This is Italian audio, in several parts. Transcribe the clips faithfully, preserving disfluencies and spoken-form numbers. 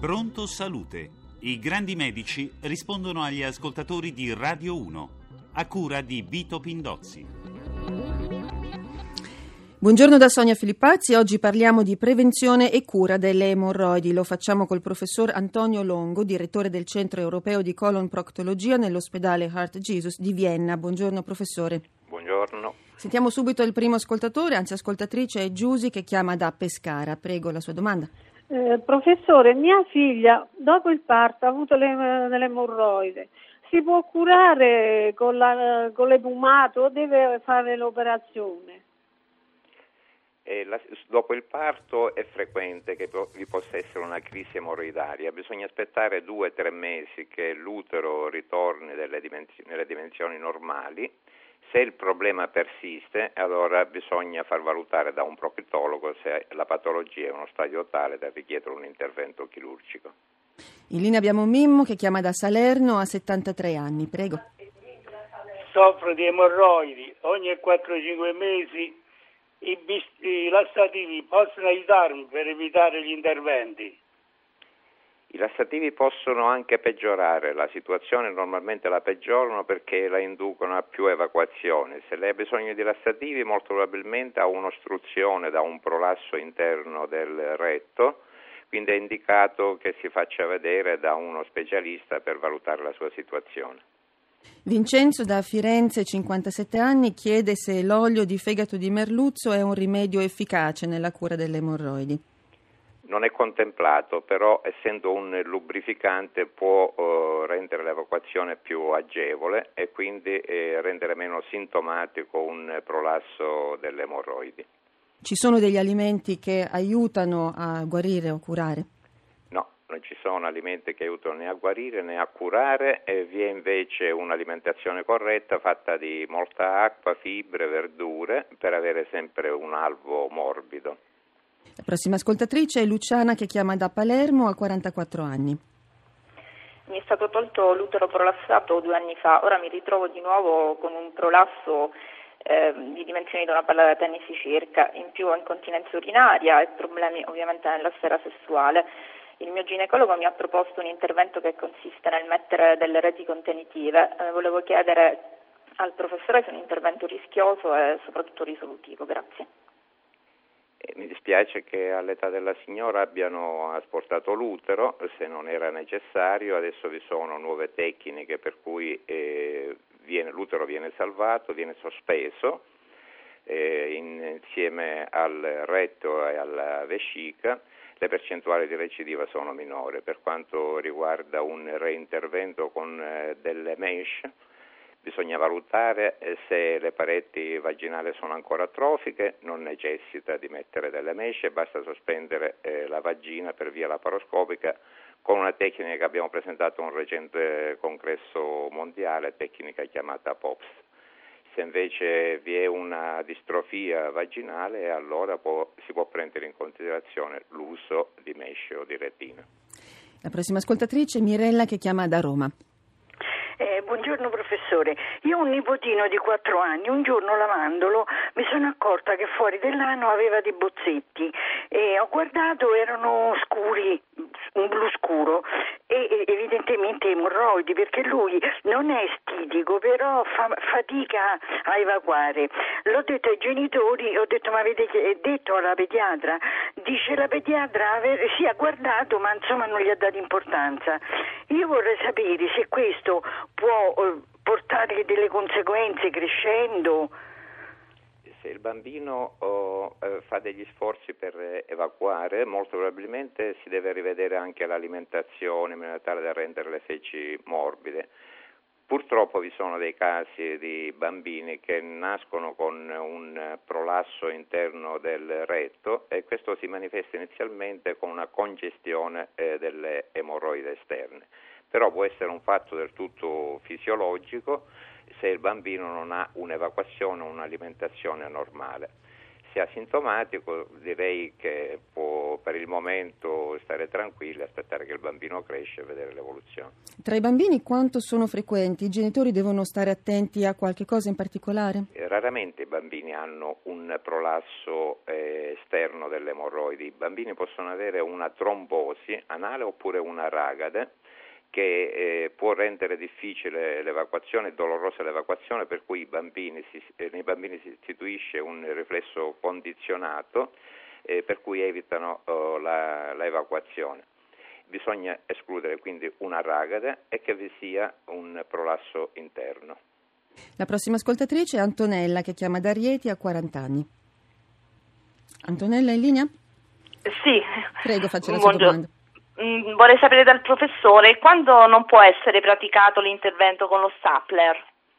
Pronto Salute. I grandi medici rispondono agli ascoltatori di Radio uno, a cura di Vito Pindozzi. Buongiorno da Sonia Filippazzi. Oggi parliamo di prevenzione e cura delle emorroidi. Lo facciamo col professor Antonio Longo, direttore del Centro Europeo di Colon Proctologia nell'ospedale Heart Jesus di Vienna. Buongiorno professore. Buongiorno. Sentiamo subito il primo ascoltatore, anzi ascoltatrice, è Giusy che chiama da Pescara. Prego, la sua domanda. Eh, professore, mia figlia dopo il parto ha avuto le, delle emorroide. Si può curare con, la, con l'epumato o deve fare l'operazione? Eh, la, dopo il parto è frequente che po- vi possa essere una crisi emorroidaria. Bisogna aspettare due o tre mesi che l'utero ritorni delle dimensioni, nelle dimensioni normali. Se il problema persiste, allora bisogna far valutare da un proctologo se la patologia è uno stadio tale da richiedere un intervento chirurgico. In linea abbiamo Mimmo che chiama da Salerno, ha settantatré anni. Prego. Soffro di emorroidi. Ogni quattro cinque mesi i, bis- i lassativi possono aiutarmi per evitare gli interventi? I lassativi possono anche peggiorare la situazione, normalmente la peggiorano perché la inducono a più evacuazioni. Se lei ha bisogno di lassativi molto probabilmente ha un'ostruzione da un prolasso interno del retto, quindi è indicato che si faccia vedere da uno specialista per valutare la sua situazione. Vincenzo da Firenze, cinquantasette anni, chiede se l'olio di fegato di merluzzo è un rimedio efficace nella cura delle emorroidi. Non è contemplato, però essendo un lubrificante può uh, rendere l'evacuazione più agevole e quindi eh, rendere meno sintomatico un prolasso delle emorroidi. Ci sono degli alimenti che aiutano a guarire o curare? No, non ci sono alimenti che aiutano né a guarire né a curare, e vi è invece un'alimentazione corretta fatta di molta acqua, fibre, verdure per avere sempre un alvo morbido. La prossima ascoltatrice è Luciana che chiama da Palermo, ha quarantaquattro anni. Mi è stato tolto l'utero prolassato due anni fa, ora mi ritrovo di nuovo con un prolasso eh, di dimensioni da una palla da tennis circa, in più ho incontinenza urinaria e problemi ovviamente nella sfera sessuale. Il mio ginecologo mi ha proposto un intervento che consiste nel mettere delle reti contenitive. Eh, volevo chiedere al professore se è un intervento rischioso e soprattutto risolutivo. Grazie. Mi dispiace che all'età della signora abbiano asportato l'utero, se non era necessario. Adesso vi sono nuove tecniche per cui eh, viene, l'utero viene salvato, viene sospeso eh, in, insieme al retto e alla vescica. Le percentuali di recidiva sono minori. Per quanto riguarda un reintervento con eh, delle mesh, bisogna valutare se le pareti vaginali sono ancora atrofiche, non necessita di mettere delle mesh, basta sospendere eh, la vagina per via laparoscopica con una tecnica che abbiamo presentato a un recente congresso mondiale, tecnica chiamata P O P S. Se invece vi è una distrofia vaginale, allora può, si può prendere in considerazione l'uso di mesh o di retina. La prossima ascoltatrice è Mirella che chiama da Roma. Eh, buongiorno professore, io ho un nipotino di quattro anni, un giorno lavandolo mi sono accorta che fuori dell'ano aveva dei bozzetti e ho guardato, erano scuri, un blu scuro e evidentemente emorroidi, perché lui non è stitico però fa fatica a evacuare. L'ho detto ai genitori, ho detto ma avete detto alla pediatra? Dice la pediatra sì, ha guardato ma insomma non gli ha dato importanza. Io vorrei sapere se questo può eh, portare delle conseguenze crescendo. Se il bambino oh, eh, fa degli sforzi per eh, evacuare, molto probabilmente si deve rivedere anche l'alimentazione in maniera tale da rendere le feci morbide. Purtroppo vi sono dei casi di bambini che nascono con un prolasso interno del retto e questo si manifesta inizialmente con una congestione eh, delle emorroidi esterne. Però può essere un fatto del tutto fisiologico se il bambino non ha un'evacuazione o un'alimentazione normale. sia asintomatico, direi che può per il momento stare tranquilli, aspettare che il bambino cresce e vedere l'evoluzione. Tra i bambini quanto sono frequenti? I genitori devono stare attenti a qualche cosa in particolare? Eh, raramente i bambini hanno un prolasso eh, esterno delle emorroidi. I bambini possono avere una trombosi anale oppure una ragade, che eh, può rendere difficile l'evacuazione, dolorosa l'evacuazione, per cui i bambini si, eh, nei bambini si istituisce un riflesso condizionato eh, per cui evitano oh, la, la evacuazione. Bisogna escludere quindi una ragade e che vi sia un prolasso interno. La prossima ascoltatrice è Antonella, che chiama da Rieti, ha quaranta anni. Antonella, in linea? Sì. Prego, faccia la sua domanda. Vorrei sapere dal professore quando non può essere praticato l'intervento con lo stapler.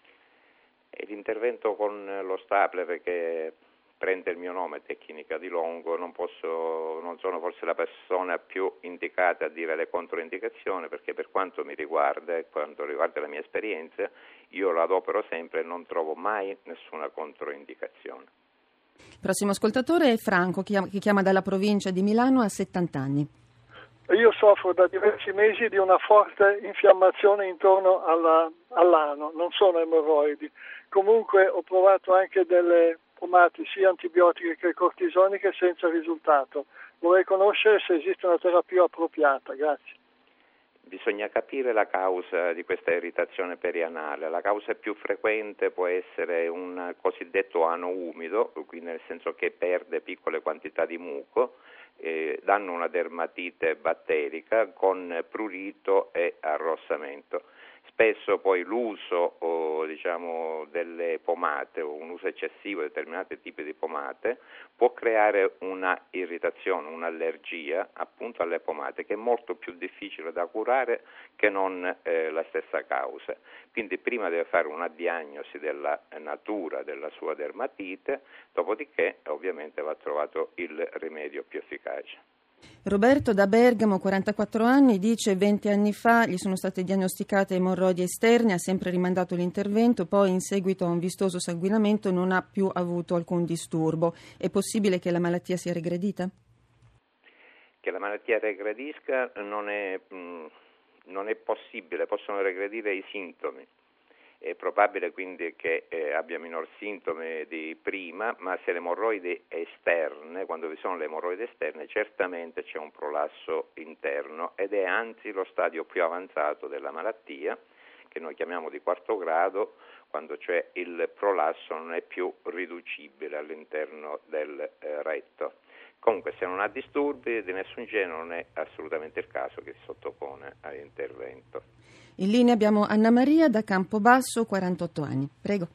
L'intervento con lo stapler, che prende il mio nome, tecnica di Longo, non posso, non sono forse la persona più indicata a dire le controindicazioni, perché per quanto mi riguarda e quanto riguarda la mia esperienza, io lo adopero sempre e non trovo mai nessuna controindicazione. Il prossimo ascoltatore è Franco, che chiama dalla provincia di Milano, ha settanta anni. Io soffro da diversi mesi di una forte infiammazione intorno alla, all'ano, non sono emorroidi. Comunque ho provato anche delle pomate sia antibiotiche che cortisoniche senza risultato. Vorrei conoscere se esiste una terapia appropriata. Grazie. Bisogna capire la causa di questa irritazione perianale. La causa più frequente può essere un cosiddetto ano umido, quindi nel senso che perde piccole quantità di muco, eh, danno una dermatite batterica con prurito e arrossamento. Spesso poi l'uso o, diciamo, delle pomate o un uso eccessivo di determinati tipi di pomate può creare una irritazione, un'allergia appunto alle pomate, che è molto più difficile da curare che non eh, la stessa causa. Quindi prima deve fare una diagnosi della natura della sua dermatite, dopodiché ovviamente va trovato il rimedio più efficace. Roberto da Bergamo, quarantaquattro anni, dice venti anni fa gli sono state diagnosticate emorroidi esterne, ha sempre rimandato l'intervento, poi in seguito a un vistoso sanguinamento non ha più avuto alcun disturbo. È possibile che la malattia sia regredita? Che la malattia regredisca non è, mh, non è possibile, possono regredire i sintomi. È probabile quindi che eh, abbia minor sintomi di prima, ma se le emorroidi esterne, quando vi sono le emorroidi esterne, certamente c'è un prolasso interno ed è anzi lo stadio più avanzato della malattia, che noi chiamiamo di quarto grado, quando cioè il prolasso non è più riducibile all'interno del eh, retto. Comunque, se non ha disturbi di nessun genere, non è assolutamente il caso che si sottopone all'intervento. In linea abbiamo Anna Maria da Campobasso, quarantotto anni. Prego.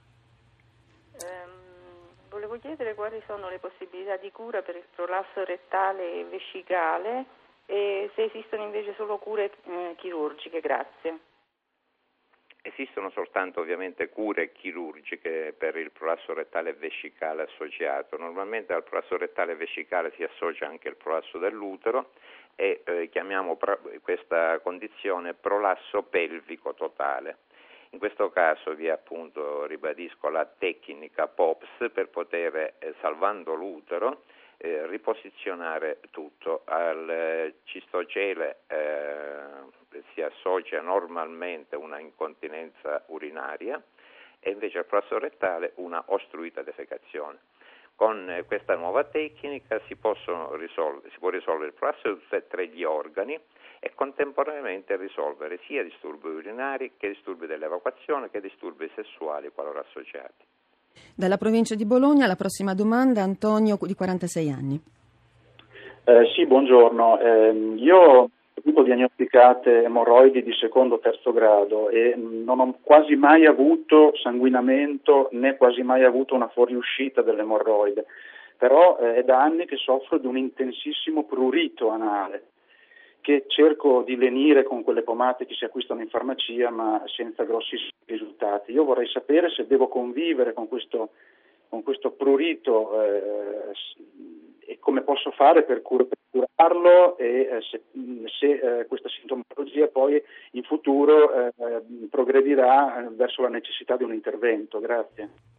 Ehm, volevo chiedere quali sono le possibilità di cura per il prolasso rettale e vescicale e se esistono invece solo cure eh, chirurgiche. Grazie. Esistono soltanto ovviamente cure chirurgiche per il prolasso rettale e vescicale associato. Normalmente al prolasso rettale e vescicale si associa anche il prolasso dell'utero e eh, chiamiamo pro- questa condizione prolasso pelvico totale. In questo caso vi appunto ribadisco la tecnica P O P S per poter, eh, salvando l'utero, eh, riposizionare tutto. Al eh, cistocele eh, si associa normalmente una incontinenza urinaria e invece al prolasso rettale una ostruita defecazione. Con eh, questa nuova tecnica si, possono risolvere, si può risolvere il prolasso di tutti e tre gli organi e contemporaneamente risolvere sia disturbi urinari che disturbi dell'evacuazione che disturbi sessuali qualora associati. Dalla provincia di Bologna la prossima domanda, Antonio di quarantasei anni. Eh, sì, buongiorno. Eh, io ho avuto diagnosticate emorroidi di secondo o terzo grado e non ho quasi mai avuto sanguinamento né quasi mai avuto una fuoriuscita dell'emorroide, però eh, è da anni che soffro di un intensissimo prurito anale che cerco di lenire con quelle pomate che si acquistano in farmacia, ma senza grossissimi risultati. Io vorrei sapere se devo convivere con questo, con questo prurito eh, e come posso fare per, cur- per curarlo e eh, se, se eh, questa sintomatologia poi in futuro eh, progredirà verso la necessità di un intervento. Grazie.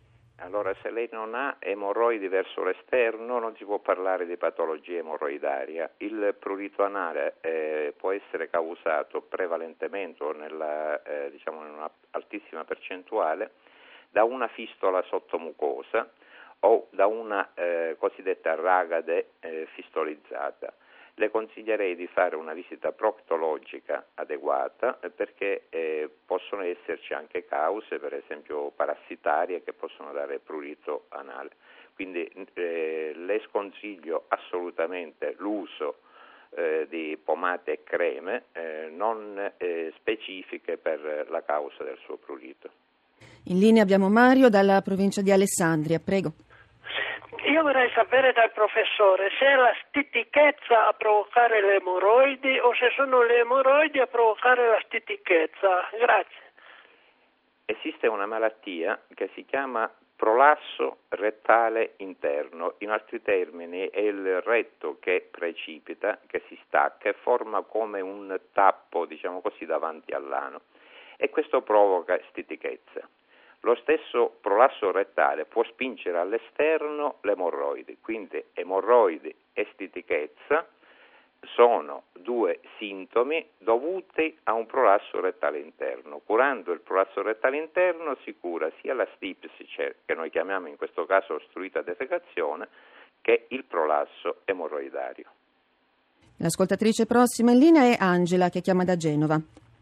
Allora, se lei non ha emorroidi verso l'esterno non si può parlare di patologia emorroidaria. Il prurito anale eh, può essere causato prevalentemente o nella, eh, diciamo in una altissima percentuale da una fistola sottomucosa o da una eh, cosiddetta ragade eh, fistolizzata. Le consiglierei di fare una visita proctologica adeguata eh, perché eh, possono esserci anche cause, per esempio parassitarie, che possono dare prurito anale. Quindi eh, le sconsiglio assolutamente l'uso eh, di pomate e creme eh, non eh, specifiche per la causa del suo prurito. In linea abbiamo Mario dalla provincia di Alessandria, prego. Io vorrei sapere dal professore se è la stitichezza a provocare le emorroidi o se sono le emorroidi a provocare la stitichezza. Grazie. Esiste una malattia che si chiama prolasso rettale interno, in altri termini è il retto che precipita, che si stacca e forma come un tappo, diciamo così, davanti all'ano, e questo provoca stitichezza. Lo stesso prolasso rettale può spingere all'esterno le emorroidi, quindi emorroidi e stitichezza sono due sintomi dovuti a un prolasso rettale interno. Curando il prolasso rettale interno si cura sia la stipsi, cioè, che noi chiamiamo in questo caso ostruita defecazione, che il prolasso emorroidario. L'ascoltatrice prossima in linea è Angela, che chiama da Genova.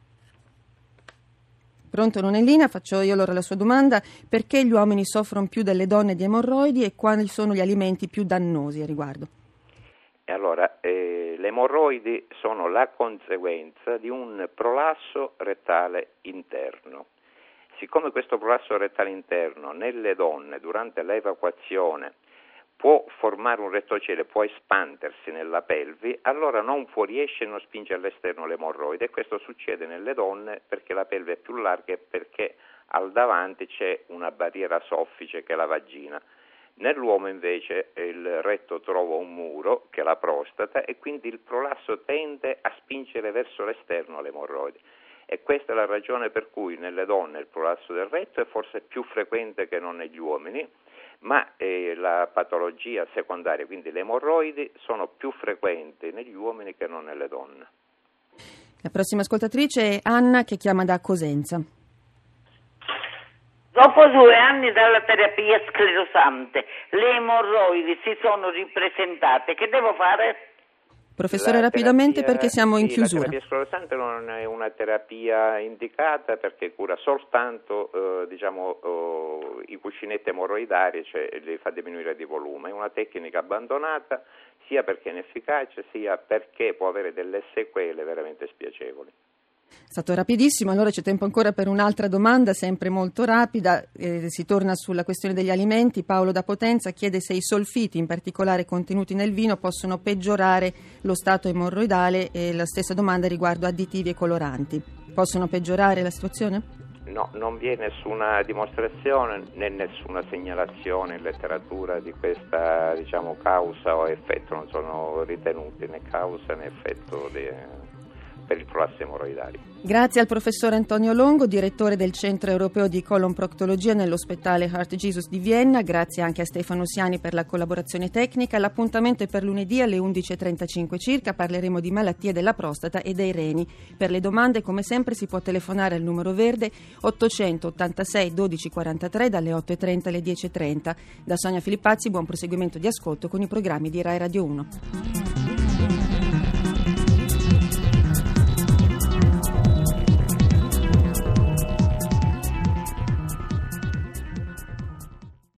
Pronto, non è in linea? Faccio io allora la sua domanda. Perché gli uomini soffrono più delle donne di emorroidi e quali sono gli alimenti più dannosi a riguardo? E allora, eh, le emorroidi sono la conseguenza di un prolasso rettale interno. Siccome questo prolasso rettale interno nelle donne durante l'evacuazione può formare un rettocele, può espandersi nella pelvi, allora non fuoriesce e non spinge all'esterno l'emorroide, e questo succede nelle donne perché la pelve è più larga e perché al davanti c'è una barriera soffice che è la vagina. Nell'uomo invece il retto trova un muro che è la prostata e quindi il prolasso tende a spingere verso l'esterno l'emorroide. E questa è la ragione per cui nelle donne il prolasso del retto è forse più frequente che non negli uomini, ma eh, la patologia secondaria, quindi le emorroidi, sono più frequenti negli uomini che non nelle donne. La prossima ascoltatrice è Anna, che chiama da Cosenza. Dopo due anni dalla terapia sclerosante, le emorroidi si sono ripresentate. Che devo fare? Professore, La rapidamente terapia, perché siamo in sì, chiusura. La terapia sclerosante non è una terapia indicata perché cura soltanto eh, diciamo, eh, i cuscinetti emorroidari, cioè li fa diminuire di volume. È una tecnica abbandonata sia perché è inefficace sia perché può avere delle sequele veramente spiacevoli. È stato rapidissimo, allora c'è tempo ancora per un'altra domanda, sempre molto rapida. Eh, si torna sulla questione degli alimenti. Paolo da Potenza chiede se i solfiti, in particolare contenuti nel vino, possono peggiorare lo stato emorroidale, e la stessa domanda riguardo additivi e coloranti. Possono peggiorare la situazione? No, non vi è nessuna dimostrazione né nessuna segnalazione in letteratura di questa, diciamo, causa o effetto, non sono ritenuti né causa né effetto di, per il prolasso emorroidario. Grazie al professor Antonio Longo, direttore del Centro Europeo di Colon-Proctologia nell'ospedale Heart Jesus di Vienna. Grazie anche a Stefano Siani per la collaborazione tecnica. L'appuntamento è per lunedì alle undici e trentacinque circa. Parleremo di malattie della prostata e dei reni. Per le domande, come sempre, si può telefonare al numero verde ottocentottantasei dodici quarantatré dalle otto e trenta alle dieci e trenta. Da Sonia Filippazzi, buon proseguimento di ascolto con i programmi di Rai Radio uno.